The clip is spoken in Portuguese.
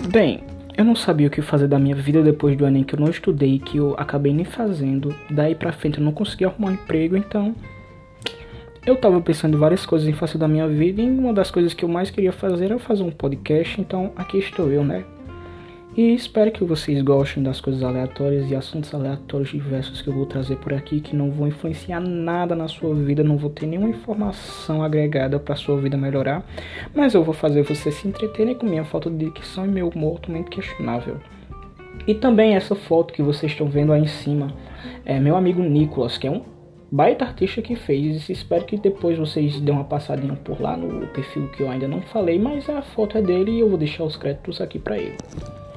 Bem, eu não sabia o que fazer da minha vida depois do Enem, que eu não estudei, que eu acabei nem fazendo. Daí pra frente eu não consegui arrumar um emprego, então eu tava pensando em várias coisas em face da minha vida, e uma das coisas que eu mais queria fazer era fazer um podcast, então aqui estou eu, né? E espero que vocês gostem das coisas aleatórias e assuntos aleatórios diversos que eu vou trazer por aqui, que não vão influenciar nada na sua vida, não vou ter nenhuma informação agregada para sua vida melhorar, mas eu vou fazer vocês se entreterem com minha falta de dicção e meu humor totalmente questionável. E também essa foto que vocês estão vendo aí em cima é meu amigo Nicolas, que é um baita artista que fez. E espero que depois vocês dêem uma passadinha por lá no perfil que eu ainda não falei, mas a foto é dele e eu vou deixar os créditos aqui para ele.